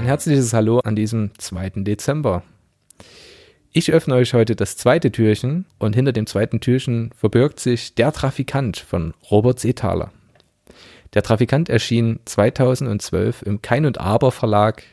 Ein herzliches Hallo an diesem 2. Dezember. Ich öffne euch heute das zweite Türchen und hinter dem zweiten Türchen verbirgt sich Der Trafikant von Robert Seethaler. Der Trafikant erschien 2012 im Kein und Aber Verlag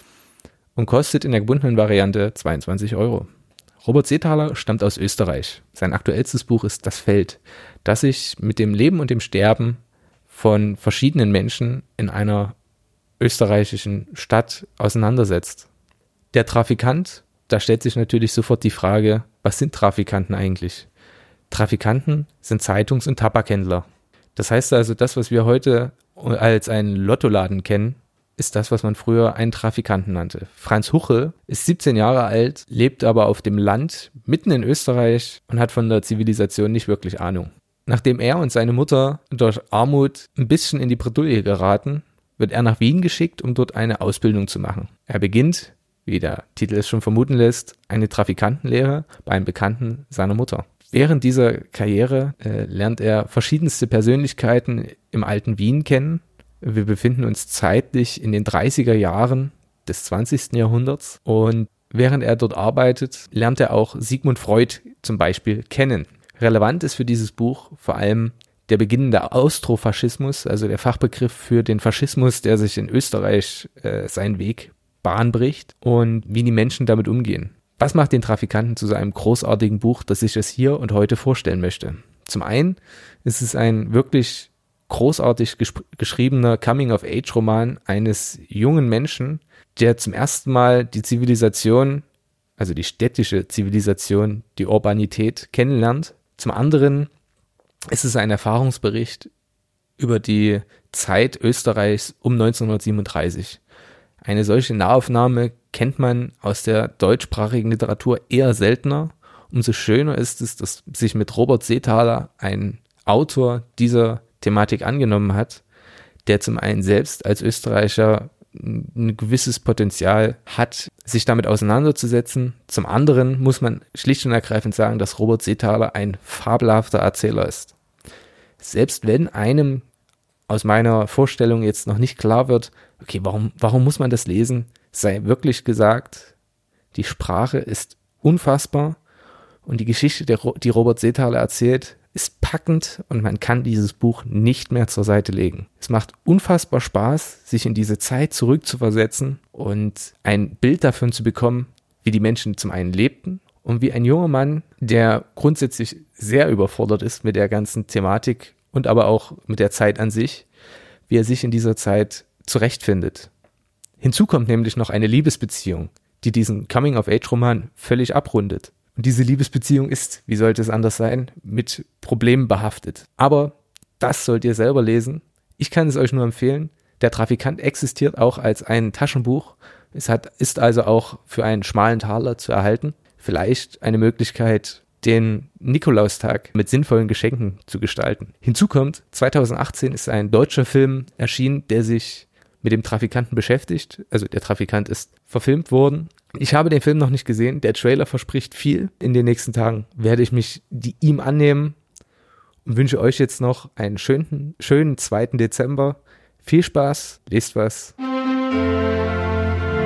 und kostet in der gebundenen Variante 22 Euro. Robert Seethaler stammt aus Österreich. Sein aktuellstes Buch ist Das Feld, das sich mit dem Leben und dem Sterben von verschiedenen Menschen in einer österreichischen Stadt auseinandersetzt. Der Trafikant, da stellt sich natürlich sofort die Frage, was sind Trafikanten eigentlich? Trafikanten sind Zeitungs- und Tabakhändler. Das heißt also, das, was wir heute als einen Lottoladen kennen, ist das, was man früher einen Trafikanten nannte. Franz Huchel ist 17 Jahre alt, lebt aber auf dem Land, mitten in Österreich und hat von der Zivilisation nicht wirklich Ahnung. Nachdem er und seine Mutter durch Armut ein bisschen in die Bredouille geraten, wird er nach Wien geschickt, um dort eine Ausbildung zu machen. Er beginnt, wie der Titel es schon vermuten lässt, eine Trafikantenlehre bei einem Bekannten seiner Mutter. Während dieser Karriere lernt er verschiedenste Persönlichkeiten im alten Wien kennen. Wir befinden uns zeitlich in den 30er Jahren des 20. Jahrhunderts und während er dort arbeitet, lernt er auch Sigmund Freud zum Beispiel kennen. Relevant ist für dieses Buch vor allem der beginnende Austrofaschismus, also der Fachbegriff für den Faschismus, der sich in Österreich seinen Weg bahnbricht und wie die Menschen damit umgehen. Was macht den Trafikanten zu so einem großartigen Buch, das ich es hier und heute vorstellen möchte? Zum einen ist es ein wirklich großartig geschriebener Coming-of-Age-Roman eines jungen Menschen, der zum ersten Mal die Zivilisation, also die städtische Zivilisation, die Urbanität kennenlernt. Zum anderen ist es ein Erfahrungsbericht über die Zeit Österreichs um 1937. Eine solche Nahaufnahme kennt man aus der deutschsprachigen Literatur eher seltener. Umso schöner ist es, dass sich mit Robert Seethaler ein Autor dieser Thematik angenommen hat, der zum einen selbst als Österreicher ein gewisses Potenzial hat, sich damit auseinanderzusetzen. Zum anderen muss man schlicht und ergreifend sagen, dass Robert Seethaler ein fabelhafter Erzähler ist. Selbst wenn einem aus meiner Vorstellung jetzt noch nicht klar wird, okay, warum muss man das lesen, sei wirklich gesagt, die Sprache ist unfassbar und die Geschichte, die Robert Seethaler erzählt, ist packend und man kann dieses Buch nicht mehr zur Seite legen. Es macht unfassbar Spaß, sich in diese Zeit zurückzuversetzen und ein Bild davon zu bekommen, wie die Menschen zum einen lebten und wie ein junger Mann, der grundsätzlich sehr überfordert ist mit der ganzen Thematik und aber auch mit der Zeit an sich, wie er sich in dieser Zeit zurechtfindet. Hinzu kommt nämlich noch eine Liebesbeziehung, die diesen Coming-of-Age-Roman völlig abrundet. Und diese Liebesbeziehung ist, wie sollte es anders sein, mit Problemen behaftet. Aber das sollt ihr selber lesen. Ich kann es euch nur empfehlen. Der Trafikant existiert auch als ein Taschenbuch. Ist also auch für einen schmalen Taler zu erhalten. Vielleicht eine Möglichkeit, den Nikolaustag mit sinnvollen Geschenken zu gestalten. Hinzu kommt, 2018 ist ein deutscher Film erschienen, der sich mit dem Trafikanten beschäftigt. Also der Trafikant ist verfilmt worden. Ich habe den Film noch nicht gesehen. Der Trailer verspricht viel. In den nächsten Tagen werde ich mich ihm annehmen und wünsche euch jetzt noch einen schönen 2. Dezember. Viel Spaß, lest was.